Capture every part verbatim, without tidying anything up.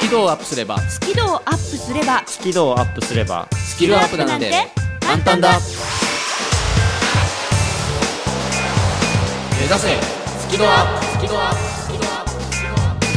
キ度をアップすればスキルをアップすればスキルをアップすればスキルアップなんて簡単だ。目指せスキルアップスキルアップスキルアップスキルアップ。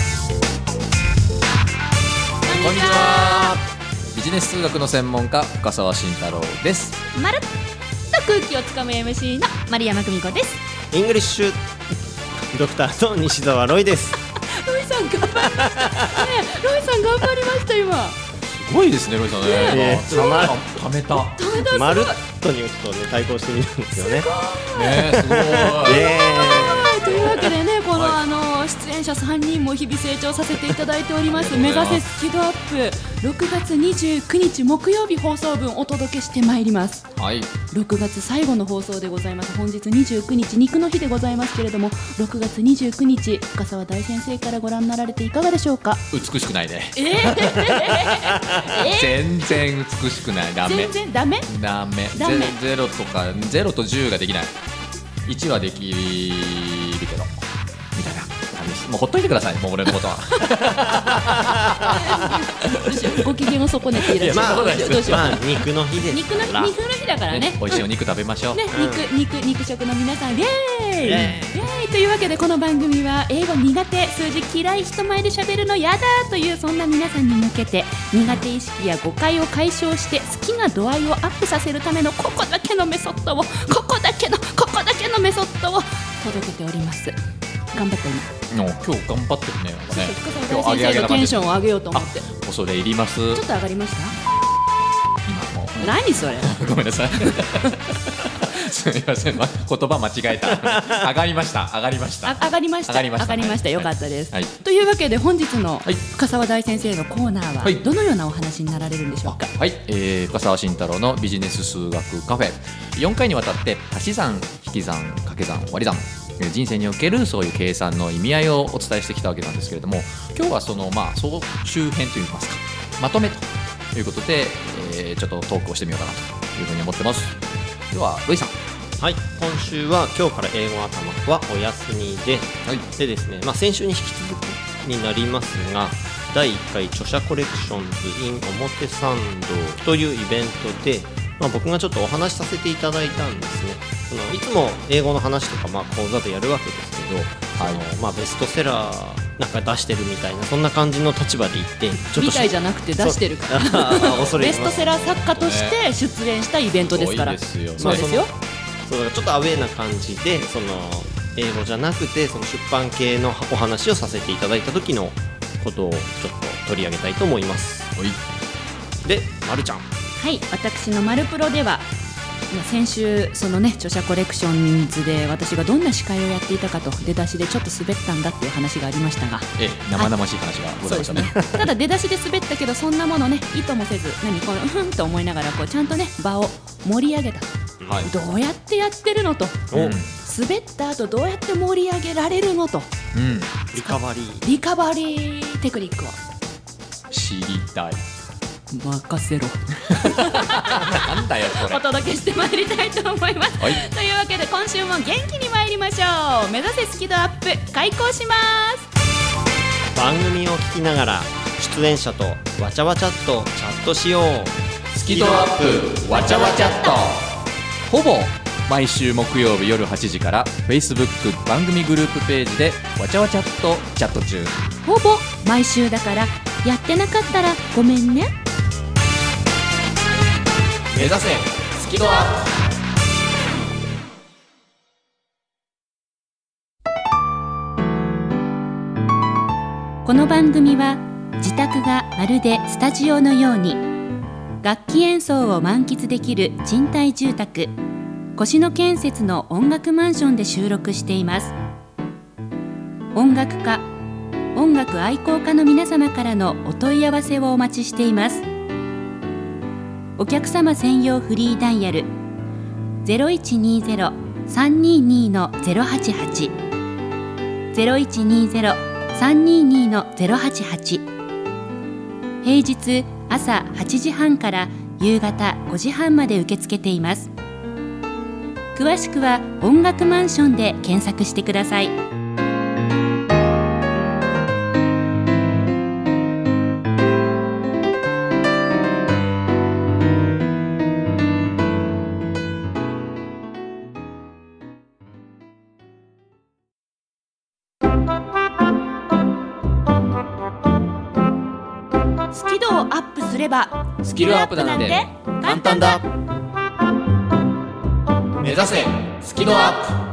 こんにちは。ビジネス数学の専門家深澤慎太郎です。 まるっと空気をつかむ エムシー の丸山久美子です。 イングリッシュドクターの西澤ロイです。 ロイさん頑張りましたね。ロイさん頑張りました今。 すごいですねロイさんね。 ねためたためたまるっとにちょっとね対抗してみたんですよね。 ねすごい。 というわけでねこの、 はい、 あの出演者さんにんも日々成長させていただいております目指せスキルアップろくがつにじゅうくにち木曜日放送分お届けしてまいります。 はい、 ろくがつ最後の放送でございます。本日にじゅうくにち肉の日でございますけれども、ろくがつにじゅうくにち深澤大先生からご覧になられていかがでしょうか。 美しくないね。 えー、 全然美しくない。ダメ全然ダメダメダメゼロとかゼロとじゅうができない。いちはできるけどみたいな感じです。もうほっといてください。もう俺のことはどうしようご機嫌を損ねていらっしゃる。 まあ、 どうしようどうしよう、 まあ、肉の日です肉のから日肉の日だからね。 ね美味しいお肉食べましょう。 ね、 うん肉肉肉食の皆さんイエーイイエイエーイというわけでこの番組は英語苦手数字嫌い人前で喋るのやだというそんな皆さんに向けて苦手意識や誤解を解消して好きな度合いをアップさせるためのここだけのメソッドをここだけのここだけのメソッドを届けております。頑張って今今日頑張ってるね。なんかね深澤大先生のテンションを上げようと思って。 恐れ入ります。 ちょっと上がりました。 今も何それごめんなさいすみません、ま、言葉間違えた上がりました上がりましたあ上がりました上がりました上がりました、 はい、 よかったです、はい、 はい、 というわけで本日のはい深澤大先生のコーナーは、 はい、 どのようなお話になられるんでしょうか。 はい、えー、深澤慎太郎のビジネス数学カフェよんかいにわたって足し算引き算掛け算割り算人生におけるそういう計算の意味合いをお伝えしてきたわけなんですけれども、今日はそのまあ総集編といいますかまとめということで、えー、ちょっとトークをしてみようかなというふうに思ってます。ではロイさん。 はい、今週は今日から英語頭はお休みで、はい、でですね、まあ、先週に引き続きになりますがだいいっかい著者コレクションズ in 表参道というイベントで、まあ、僕がちょっとお話しさせていただいたんですね。そのいつも英語の話とか、まあ、講座でやるわけですけど、はい、そのまあ、ベストセラーなんか出してるみたいなそんな感じの立場で言ってちょっとみたいじゃなくて出してるからベストセラー作家として出演したイベントですから、ね、 そうですよ、 そうですよ。 そうだからちょっとアウェーな感じでその英語じゃなくてその出版系のお話をさせていただいた時のことをちょっと取り上げたいと思います。 はい、 で、まるちゃん。 はい、私のマルプロでは先週そのね著者コレクションズで私がどんな司会をやっていたかと出だしでちょっと滑ったんだっていう話がありましたが、 ええ、生々しい話がございましたね。 そうですねただ出だしで滑ったけどそんなものね意図もせず何このふんと思いながらこうちゃんとね場を盛り上げたと、はい、どうやってやってるのと、うん、滑った後どうやって盛り上げられるのと、 うん、 リカバリーリカバリーテクニックを知りたい。 任せろなんだよこれ。 お届けしてまいりたいと思います、はい、というわけで今週も元気に参りましょう。目指せスキルアップ開講します。 番組を聞きながら出演者とわちゃわちゃっとチャットしよう。 スキルアップわちゃわちゃっとほぼ毎週木曜日夜はちじから Facebook 番組グループページでわちゃわちゃっとチャット中。 ほぼ毎週だからやってなかったらごめんね。 目指せスキルアップ。この番組は自宅がまるでスタジオのように楽器演奏を満喫できる賃貸住宅越野建設の音楽マンションで収録しています。音楽家、音楽愛好家の皆様からのお問い合わせをお待ちしています。お客様専用フリーダイヤル ゼロいちにゼロ さんにーにー の ゼロはちはち ゼロいちにゼロ さんにーにー の ゼロはちはち。平日朝はちじはんから夕方ごじはんまで受け付けています。詳しくは音楽マンションで検索してください。 スキルをアップすればスキルアップなんて簡単だ。目指せスキルアップ。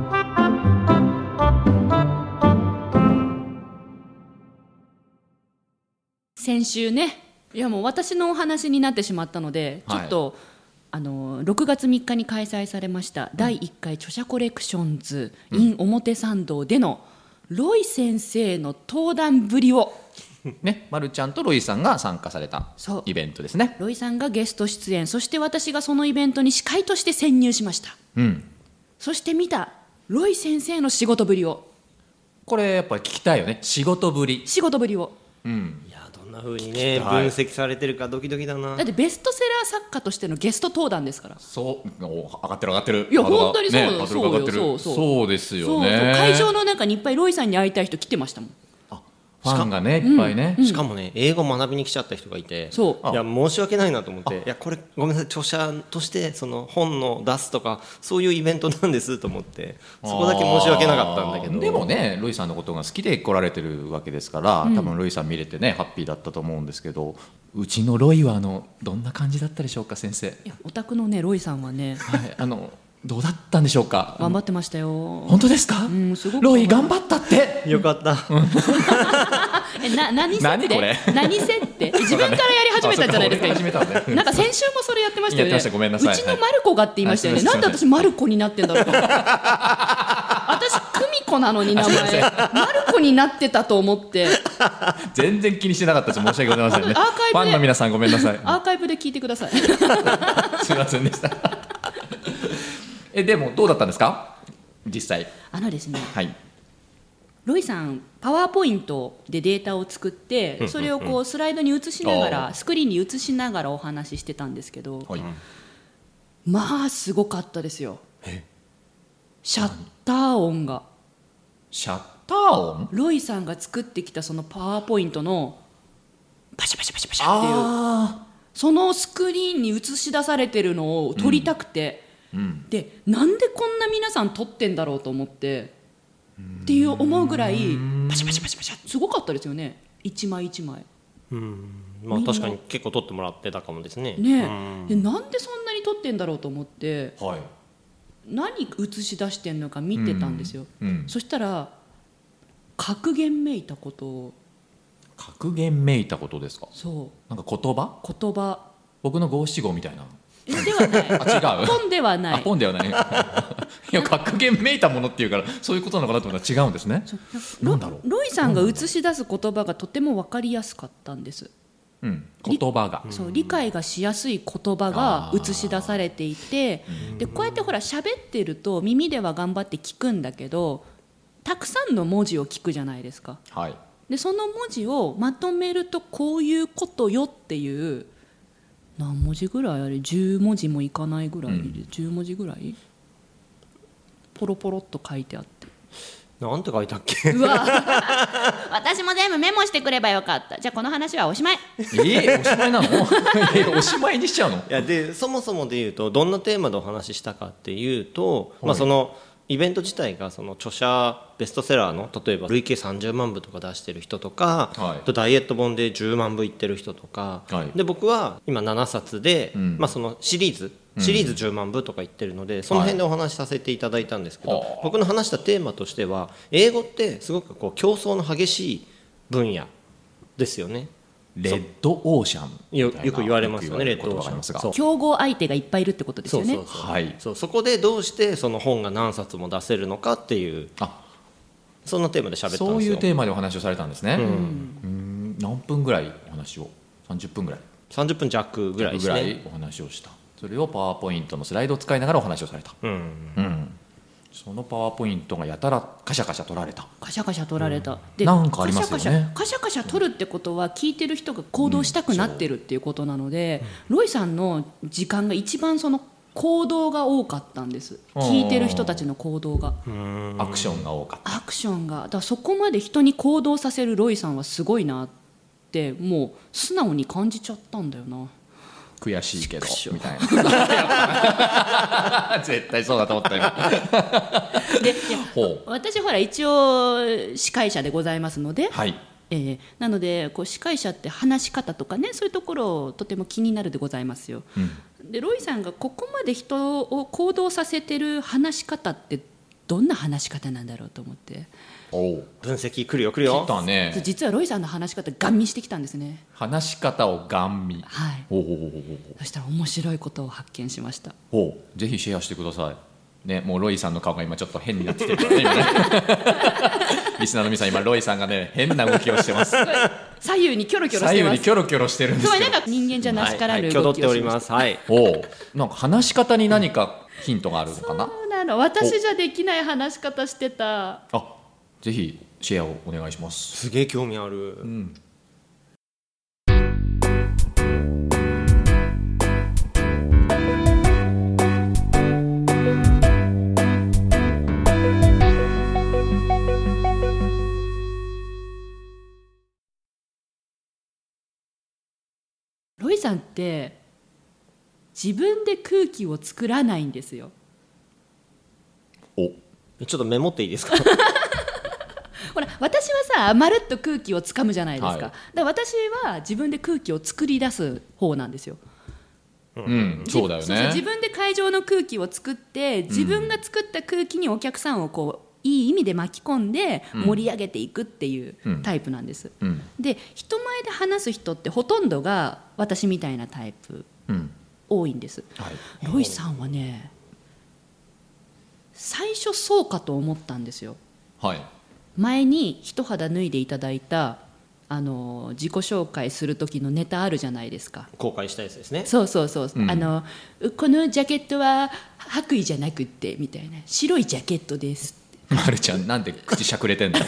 先週ね、いやもう私のお話になってしまったので、ちょっと、はい、あのろくがつみっかに開催されましただいいっかい著者コレクションズ in 表参道でのロイ先生の登壇ぶりをね、まるちゃんとロイさんが参加されたイベントですね。 ロイさんがゲスト出演、そして私がそのイベントに司会として潜入しました、うん、そして見たロイ先生の仕事ぶりを、 これやっぱり聞きたいよね。仕事ぶり仕事ぶりを、 うん、いやどんな風にね分析されてるかドキドキだな。 だってベストセラー作家としてのゲスト登壇ですから。 そうお上がってる上がってる。 いや本当にそうよ、ね、 そうよそうそうそうですよね。そうそう会場の中にいっぱいロイさんに会いたい人来てましたもん。 ファンがねいっぱいね、 うん、しかもね英語学びに来ちゃった人がいて、そういや申し訳ないなと思って、いやこれごめんなさい著者としてその本の出すとかそういうイベントなんですと思って、そこだけ申し訳なかったんだけど、 でもねロイさんのことが好きで来られてるわけですから、うん、多分ロイさん見れてねハッピーだったと思うんですけど、うちのロイはあのどんな感じだったでしょうか先生。いやお宅のねロイさんはね、 はい、あのどうだったんでしょうか。 頑張ってましたよ。 本当ですか、うん、すごくロイ頑張ったってよかったえな何設定何これ何設定自分からやり始めたんじゃないですかね、なんか先週もそれやってましたよね。 やってました、ごめんなさい。 うちのマルコがって言いましたよね、はい、なんで私マルコになってんだろうと私久美子なのに名前マルコになってたと思って全然気にしてなかったです。申し訳ございませんね。アーカイブでファンの皆さんごめんなさい。 アーカイブで聞いてくださいすいませんでしたえでもどうだったんですか実際。 あのですね、 はい、 ロイさんパワーポイントでデータを作ってそれをこうスライドに映しながら、スクリーンに映しながらお話ししてたんですけど、はい、まあすごかったですよ。シャッター音がシャッター音ロイさんが作ってきたそのパワーポイントのパシャパシャパシャパシャっていうあそのスクリーンに映し出されてるのを撮りたくて、うんうん、でなんでこんな皆さん撮ってんだろうと思ってっていう思うぐらいパシャパシャパシャパシャすごかったですよね。一枚一枚、 うん、まあ確かに結構撮ってもらってたかもですね。 ねえ、でなんでそんなに撮ってんだろうと思って、はい、何映し出してんのか見てたんですよ、うんうん、そしたら格言めいたことを。 格言めいたことですか。 そうなんか言葉言葉僕の五七五みたいなではないあ違う本ではない本ではないいや格言めいたものっていうからそういうことなのかなと思ったら違うんですね。 なんだろうロイさんが映し出す言葉がとても分かりやすかったんです、 うん、言葉がそう理解がしやすい言葉が映し出されていて、でこうやってほら喋ってると耳では頑張って聞くんだけどたくさんの文字を聞くじゃないですか、はい、でその文字をまとめるとこういうことよっていう何文字ぐらいあれじゅうもじもいかないぐらい、うん、じゅうもじぐらいポロポロっと書いてあって、 なんて書いたっけうわ私も全部メモしてくればよかった。じゃあこの話はおしまい。 えー、おしまいなのえー、おしまいにしちゃうの。いやでそもそもで言うとどんなテーマでお話ししたかっていうと、はい、まあ、そのイベント自体がその著者ベストセラーの例えば累計さんじゅうまんぶとか出してる人とか、はい、ダイエット本でじゅうまんぶいってる人とか、はい、で僕は今ななさつで、うん、まあ、そのシリーズシリーズじゅうまんぶとか言ってるので、うん、その辺でお話しさせていただいたんですけど、はい、僕の話したテーマとしては英語ってすごくこう競争の激しい分野ですよね。 レッドオーシャンよ, よく言われますよね。レッドオーシャン競合相手がいっぱいいるってことですよね。 そうそうそう、はい、そうそこでどうしてその本が何冊も出せるのかっていうあそんなテーマで喋ったんですよ。 そういうテーマでお話をされたんですね、うん、うん何分ぐらいお話をさんじゅっぷんぐらいさんじゅっぷん弱ぐらいですね。 ぐらいお話をした。それをパワーポイントのスライドを使いながらお話をされた、うんうん、そのパワーポイントがやたらカシャカシャ取られたカシャカシャ取られた、うん、 でなんかありますよね。 カシャカシャカシャカシャ取るってことは聞いてる人が行動したくなってるっていうことなので、うん、ロイさんの時間が一番その行動が多かったんです。聞いてる人たちの行動がアクションが多かった。 アクションがだからそこまで人に行動させるロイさんはすごいなってもう素直に感じちゃったんだよな。 悔しいけどみたいな絶対そうだと思ったよでいや私ほら一応司会者でございますので、はい、 えー、なのでこう司会者って話し方とかね、そういうところをとても気になるでございますよ、うん、でロイさんがここまで人を行動させてる話し方ってどんな話し方なんだろうと思って、 お分析来るよ来るよ。 来たね。 実はロイさんの話し方ガン見してきたんですね。 話し方をガン見、 はい、おおそしたら面白いことを発見しました。 おぜひシェアしてくださいね。もうロイさんの顔が今ちょっと変になってきてるからね今ねリスナーの皆さん、今ロイさんがね変な動きをしてます左右にキョロキョロしてます。 左右にキョロキョロしてるんですけど、 そうなんか人間じゃなしからぬ動きをしました。はいはい、挙動っております。はい。 おなんか話し方に何かヒントがあるのかな。 そうなの、私じゃできない話し方してた。 あ、ぜひシェアをお願いします。 すげえ興味ある、うん、 ロイさんって自分で空気を作らないんですよ。 おちょっとメモっていいですかほら私はさ、まるっと空気をつかむじゃないですか、はい、だから私は自分で空気を作り出す方なんですよ。 うん、そうだよね。 そうそう、自分で会場の空気を作って、自分が作った空気にお客さんをこういい意味で巻き込んで盛り上げていくっていうタイプなんです、うんうん、で人前で話す人ってほとんどが私みたいなタイプ、うん、多いんです、はい、ロイさんはね最初そうかと思ったんですよ、はい、前に一肌脱いでいただいたあの自己紹介する時のネタあるじゃないですか。 公開したやつですね。 そうそうそう、うん、あのこのジャケットは白衣じゃなくってみたいな、白いジャケットですって。 まるちゃんなんで口しゃくれてんの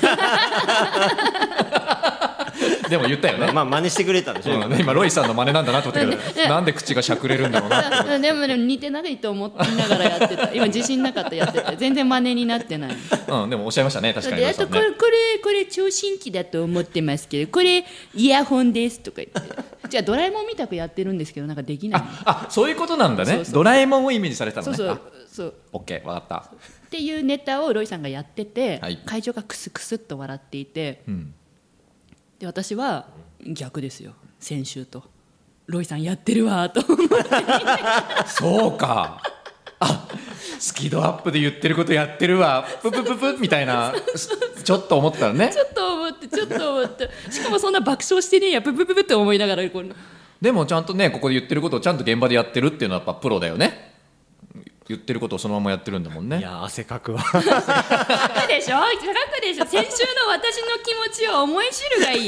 でも言ったよね。 まあ真似してくれたんでしょ、うん、 今ロイさんの真似なんだなと思ったけどなんで口がしゃくれるんだろうなってでもでも似てないと思いながらやってた。今自信なかったやってて全然真似になってない、 うん、でもおっしゃいましたね。確かにあとこれこれこれ聴診器だと思ってますけどこれイヤホンですとか言ってじゃあドラえもんみたくやってるんですけどなんかできない。 ああそういうことなんだね。そうそうドラえもんをイメージされたのね。 そうそうそう。 オッケー分かった。 っていうネタをロイさんがやってて、 はい、 会場がクスクスっと笑っていて、うん、で私は逆ですよ。先週とロイさんやってるわと思ってそうか、あスキドアップで言ってることやってるわププププみたいなちょっと思ったらねちょっと思ってちょっと思ってしかもそんな爆笑してねえやププププって思いながらこのでもちゃんとねここで言ってることをちゃんと現場でやってるっていうのはやっぱプロだよね。言ってることをそのままやってるんだもんね。 いや汗かくわかくでしょかくでしょ。先週の私の気持ちは思い知るがいい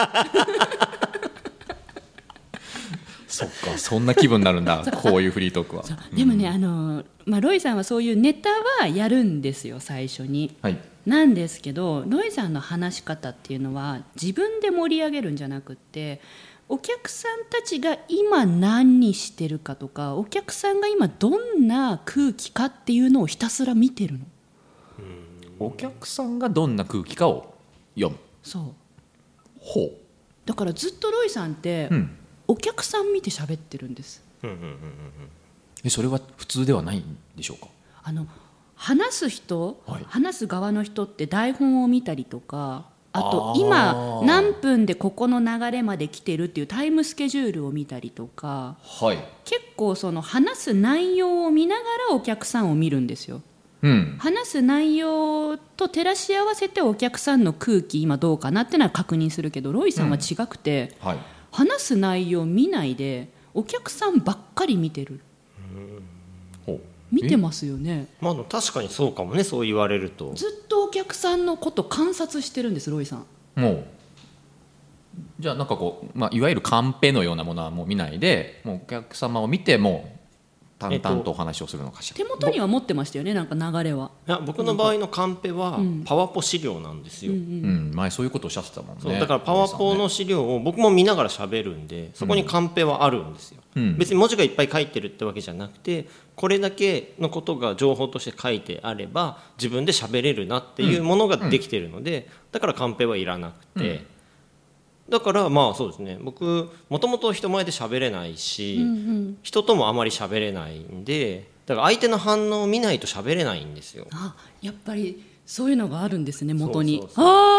そっかそんな気分になるんだこういうフリートークは。 でもね、うん、あのまあ、ロイさんはそういうネタはやるんですよ最初に、はい、なんですけどロイさんの話し方っていうのは自分で盛り上げるんじゃなくってお客さんたちが今何してるかとかお客さんが今どんな空気かっていうのをひたすら見てるの。 うんお客さんがどんな空気かを読む。 そうほうだからずっとロイさんって、うん、お客さん見て喋ってるんです、うんうんうんうん、 えそれは普通ではないんでしょうか。 あの話す人、はい、話す側の人って台本を見たりとかあと今何分でここの流れまで来てるっていうタイムスケジュールを見たりとか、はい、結構その話す内容を見ながらお客さんを見るんですよ、うん、話す内容と照らし合わせてお客さんの空気今どうかなってのは確認するけどロイさんは違くて、うんはい、話す内容見ないでお客さんばっかり見てる。うん、見てますよね。 まあ、確かにそうかもね。そう言われるとずっとお客さんのこと観察してるんですロイさん。 もうじゃあなんかこう、まあ、いわゆるカンペのようなものはもう見ないでもうお客様を見てもう淡々とお話をするのかしら、 えっと、手元には持ってましたよねなんか流れは。 いや僕の場合のカンペはパワポ資料なんですよ、うんうんうん、前そういうことをおっしゃってたもんね。 そうだからパワポの資料を僕も見ながら喋るんでそこにカンペはあるんですよ、うん、別に文字がいっぱい書いてるってわけじゃなくてこれだけのことが情報として書いてあれば自分で喋れるなっていうものができてるので、うん、だからカンペはいらなくて、うんだからまあそうですね僕もともと人前で喋れないし、うんうん、人ともあまり喋れないんでだから相手の反応を見ないと喋れないんですよ。 あやっぱりそういうのがあるんですね元に。そうそうそうあ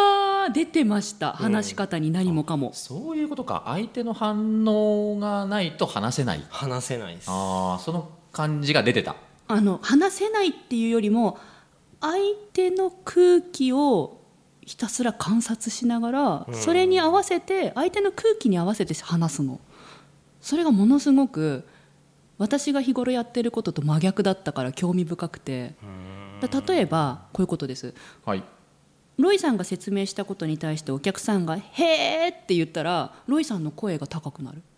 は出てました、話し方に何もかも、 そういうことか。相手の反応がないと話せない。 話せないです。 ああ、その感じが出てた。 あの話せないっていうよりも相手の空気をひたすら観察しながら、 うん、 それに合わせて相手の空気に合わせて話すの。それがものすごく私が日頃やってることと真逆だったから興味深くて、例えばこういうことです、 はい、 ロイさんが説明したことに対してお客さんがへーって言ったらロイさんの声が高くなる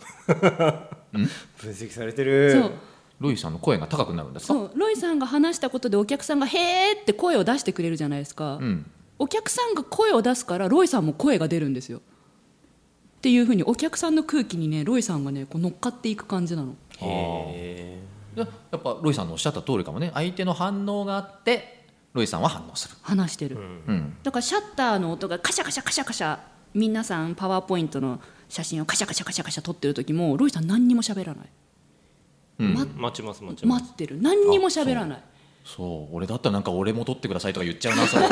分析されてる。 そう、 ロイさんの声が高くなるんですか。 そう、ロイさんが話したことでお客さんがへーって声を出してくれるじゃないですか、 うん、 お客さんが声を出すからロイさんも声が出るんですよっていうふうに、お客さんの空気にねロイさんがねこう乗っかっていく感じなの。 へやっぱロイさんのおっしゃった通りかもね。相手の反応があってロイさんは反応する、 話してる、 うんうん、 だからシャッターの音がカシャカシャカシャカシャ、皆さんパワーポイントの写真をカシャカシャカシャカシャ撮ってる時もロイさん何にも喋らない、 うんま、 待ちます待ちます。 待ってる、何にも喋らない。 そう、俺だったらなんか俺も撮ってくださいとか言っちゃうな。それ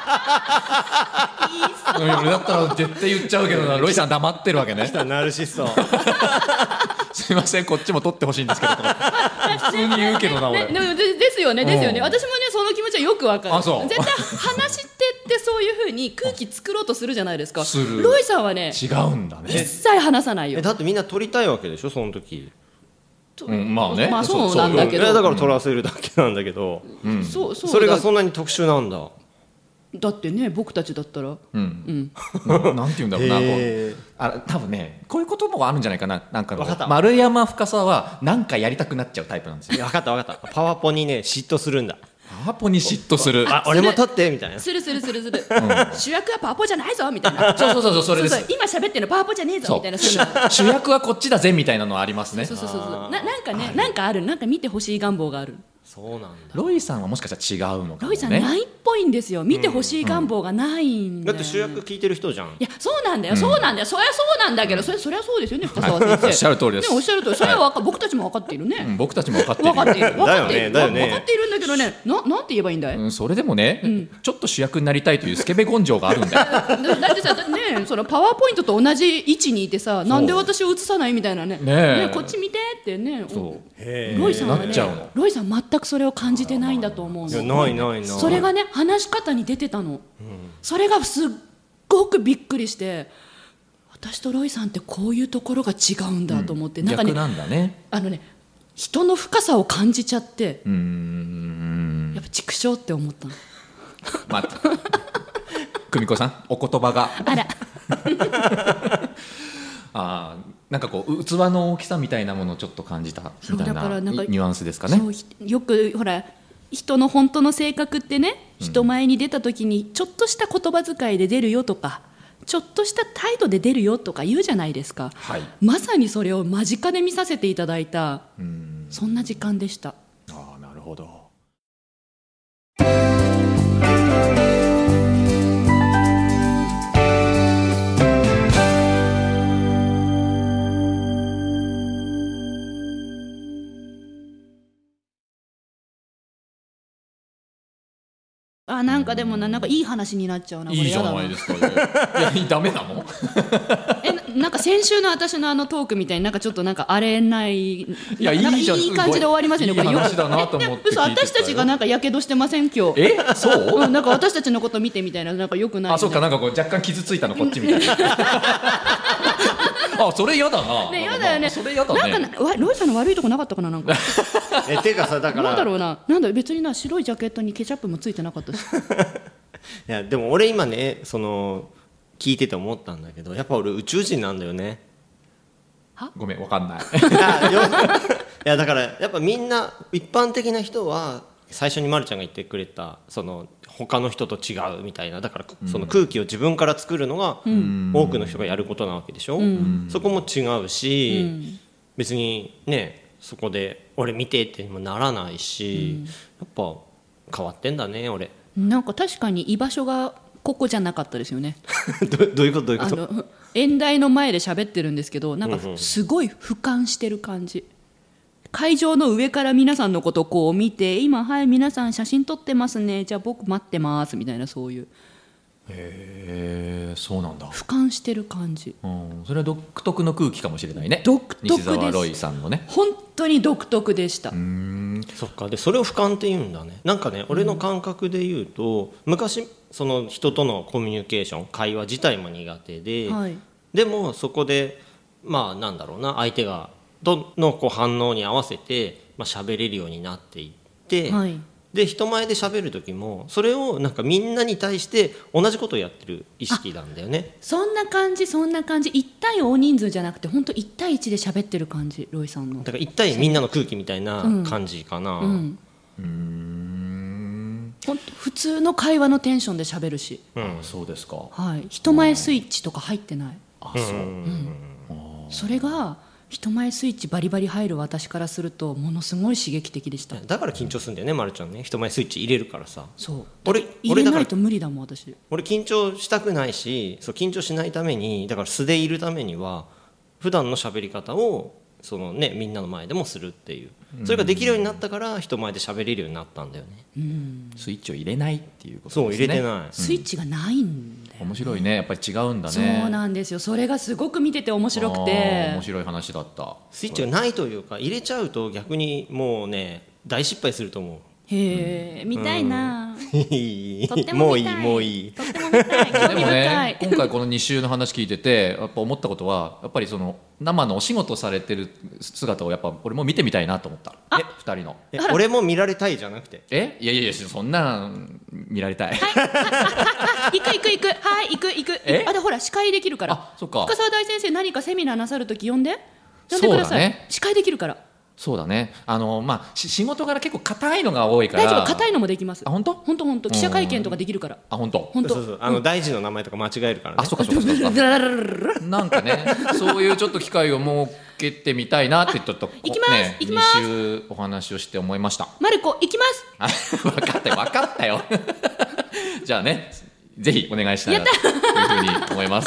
俺だったら絶対言っちゃうけどな。ロイさん黙ってるわけね。 ナルシストすいません、こっちも撮ってほしいんですけどとか普通に言うけどな俺、 ね、ででですよね、ですよね、 うん私もねその気持ちはよくわかる。 あ、そう絶対話してってそういう風に空気作ろうとするじゃないですか。 する。 ロイさんはね違うんだ一ね。 切話さないよ。 えだってみんな撮りたいわけでしょその時。 うん、まあね、 まあそうなんだけど、 いやだから撮らせるだけなんだけど、 うんそうそうそれがだそんなに特殊なんだ。 だってね僕たちだったら、 うんうんななんて言うんだろうな、こうへーあ多分ねこういうこともあるんじゃないかな。なんかわかった丸山深沢はなんかやりたくなっちゃうタイプなんですよ。 いや分かった分かった。パワポにね嫉妬するんだ。 パワポに嫉妬する。 あ俺も撮ってみたいな。 するするするする、主役はパワポじゃないぞみたいなそうそうそうそうそれです。 そうそう今喋ってるのパワポじゃねえぞそうみたいな、そういうの主役はこっちだぜみたいなのはありますね。 そうそうそうそうななんかねなんかある、なんか見てほしい願望がある。 そうなんだ。 ロイさんはもしかしたら違うのかもね。 ロイさんないっぽいんですよ。見てほしい願望がないんだよね、 だって主役聞いてる人じゃん。 いやそうなんだよ、そうなんだよ、そりゃそうなんだけど、それそりゃそうですよね、深澤先生。 おっしゃる通りですね、おっしゃる通り、それはわか僕たちも分かっているうんね。 僕たちも分かっている分かっている、分かっている、 だよねだよね分かっているんだけどね、ななんて言えばいいんだい。 うん、それでもね、ちょっと主役になりたいというスケベ根性があるんだよ。 だだってさ、だってね、そのパワーポイントと同じ位置にいてさ、なんで私を映さないみたいなね、 ねえこっち見てってね、 そうへーロイさんはねなっちゃうの、 ロイさん全くそれを感じてないんだと思ういやの。 ないないない。 それがね、話し方に出てたの。それがすっごくびっくりして、私とロイさんってこういうところが違うんだと思って、なんかね、 逆なんだね。 あのね、人の深さを感じちゃって、 うーん、 やっぱ畜生って思ったの。 待って久美子さんお言葉があらあーなんかこう器の大きさみたいなものをちょっと感じたみたいそうだからななんかニュアンスですかね。 そうひよくほら人の本当の性格ってね、人前に出た時にちょっとした言葉遣いで出るよとか、ちょっとした態度で出るよとか言うじゃないですか、 はい、 まさにそれを間近で見させていただいた、 うーんそんな時間でした。 あーなるほど。 あなんかでもな、なんかいい話になっちゃうな。これいいじゃやだないですか。いやダメなのえななんか先週の私のあのトークみたいになんかちょっとなんか荒れないいやなんかいいじゃんいい感じで終わりますよね。これよいい話だなと思って聞いてたよえ嘘、私たちがなんかやけどしてません今日。 えそううん、なんか私たちのこと見てみたいな、なんかよくない。 あそうか、なんかこう若干傷ついたのこっちみたいなあそれ嫌だな。 ね、やだよね。 それ嫌だね。 なんかなわロイさんの悪いとこなかったかな、なんか。 えてかさだかなんだらろうな、なんだ別にな、白いジャケットにケチャップもついてなかったし。 いやでも俺今ねその聞いてて思ったんだけど、やっぱ俺宇宙人なんだよね。 ごめんわかんないいやよいやだからやっぱみんな一般的な人は最初にまるちゃんが言ってくれたその他の人と違うみたいな、だからその空気を自分から作るのが多くの人がやることなわけでしょ、うん、そこも違うし、うん、別にねそこで俺見てってもならないし、うん、やっぱ変わってんだね俺。 なんか確かに居場所がここじゃなかったですよねど, どういうことどういうこと。 あの演台の前で喋ってるんですけど、なんかすごい俯瞰してる感じ。会場の上から皆さんのことをこう見て、今はい皆さん写真撮ってますね、じゃあ僕待ってますみたいな、そういうへえ、そうなんだ。 俯瞰してる感じ、 うん、それは独特の空気かもしれないね。 独特です。 西澤ロイさんのね、 本当に独特でした。 うーん、 そっか。でそれを俯瞰って言うんだね。なんかね、俺の感覚で言うと、昔その人とのコミュニケーション、会話自体も苦手で、 はい、 でもそこでまあなんだろうな、相手がどのこう反応に合わせてまあ喋れるようになっていって、 はい、 で人前で喋る時もそれをなんかみんなに対して同じことをやってる意識なんだよね。 そんな感じ、そんな感じ。いち対大人数じゃなくて本当いち対いちで喋ってる感じ、ロイさんの。 だから一対みんなの空気みたいな感じかな。 うんうん、 うーん、 本当普通の会話のテンションで喋るし、 うん、 そうですか。 はい、人前スイッチとか入ってない。 あ、そう、うん、 それが人前スイッチバリバリ入る私からするとものすごい刺激的でした。 だから緊張するんだよね、まるちゃんね。人前スイッチ入れるからさ。 そう、 俺入れないと無理だもん私。 俺緊張したくないし、そう緊張しないために、だから素でいるためには普段の喋り方をその、ね、みんなの前でもするっていう、それができるようになったから人前で喋れるようになったんだよね。 うん、 スイッチを入れないっていうことですね。 そう、入れてない、 スイッチがないんだよ、ね、 面白いね。やっぱり違うんだね。 そうなんですよ。それがすごく見てて面白くて、 面白い話だった。 スイッチがないというか、入れちゃうと逆にもうね大失敗すると思う。 へえ、見たいな、 うん、 とっても見たい、 もういいもういい。 とっても見たい、興味深い。 でもね、今回このに週の話聞いててやっぱ思ったことは、やっぱりその生のお仕事されてる姿をやっぱ俺も見てみたいなと思った。え、ふたりの。 え、俺も見られたいじゃなくて。 え、いやいやいや、そんな見られたい。 はい、行く行く行く、はい、行く行く。 え、 あ、でほら司会できるから。 あ、そっか。 深澤大先生何かセミナーなさるとき呼んで呼んでください、ね、司会できるから。 そうだね。あの、まあ、仕事柄結構硬いのが多いから。 大丈夫、硬いのもできます。 あ、本当？ 本当本当。記者会見とかできるから。 あ、本当。 本当。 そうそう、あの、うん、大臣の名前とか間違えるからね。 あ、そうかそうかそうか。なんかね、そういうちょっと機会を設けてみたいなってちょっと行きます、 ね、 行きます。 に週お話をして思いました。 マルコ行きます。 分かったよ分かったよ。じゃあね、ぜひお願いしたいなというふうに思います。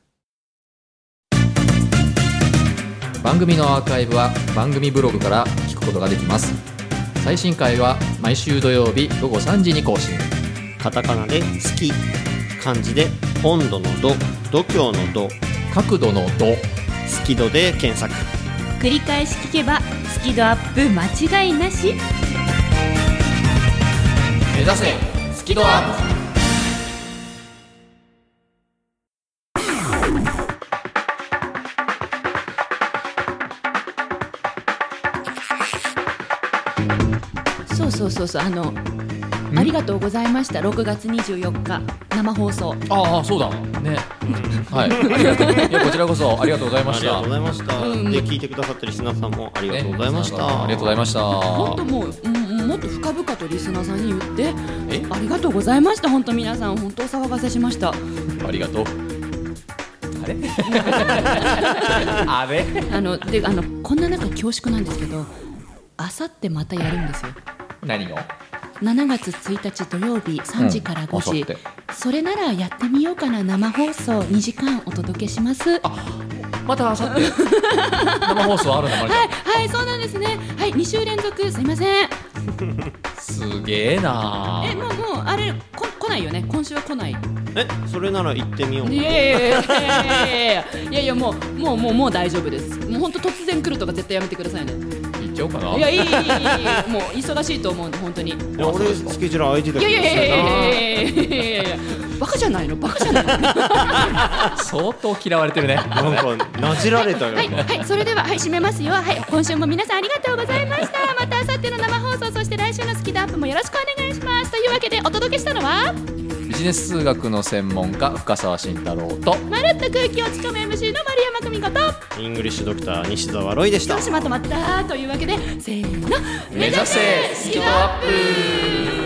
番組のアーカイブは番組ブログから聞くことができます。最新回は毎週土曜日午後さんじに更新。 カタカナで好き、漢字で温度の度、度胸の度、 角度の度、 好き度で検索。 繰り返し聞けばスキドアップ間違いなし。 目指せスキドアップ。 そうそうそうそう、あのありがとうございました。ろくがつにじゅうよっか生放送。 ああ、そうだね。はい、ありがとう。いや、こちらこそありがとうございました。 ありがとうございました。うん、で聞いてくださったリスナーさんもありがとうございました。 ね、ありがとうございました。 本当もうもっと深々とリスナーさんに言って、え、ありがとうございました。本当皆さん本当お騒がせしました。 ありがとう。あれ？あれ？ あのであのこんな中恐縮なんですけど、あさってまたやるんですよ。 何を？ しちがつついたち土曜日さんじからごじ、うん、それならやってみようかな。生放送にじかんお届けします。 あ、またあさって生放送あるの？はいはい、そうなんですね。はい、に週連続すいません。 すげえな。 え、もうもうあれこ来ないよね。今週は来ない。 え、それなら行ってみよう。 いやいやいやいやいやいやいや、もうもうもうもう大丈夫です。もう本当突然来るとか絶対やめてくださいね。 行っちゃおうかな。 いや、いいいいいい、もう忙しいと思うんで本当に。いや、俺スケジュール空いてたけど。いやいやいやいやいやいや、バカじゃないのバカじゃないの。 相当嫌われてるね。 なんかなじられたよ。 はいはい、それでははい締めますよ。はい、今週も皆さんありがとうございました。また明後日の生放送、そして来週のスキドアップもよろしくお願いします。というわけでお届けしたのはビジネス数学の専門家深澤慎太郎と、 まるっと空気をつかむ エムシー の丸山久美子と、 イングリッシュドクター西澤ロイでした。 よし、まとまった。というわけでせーの、 目指せスキドアップ。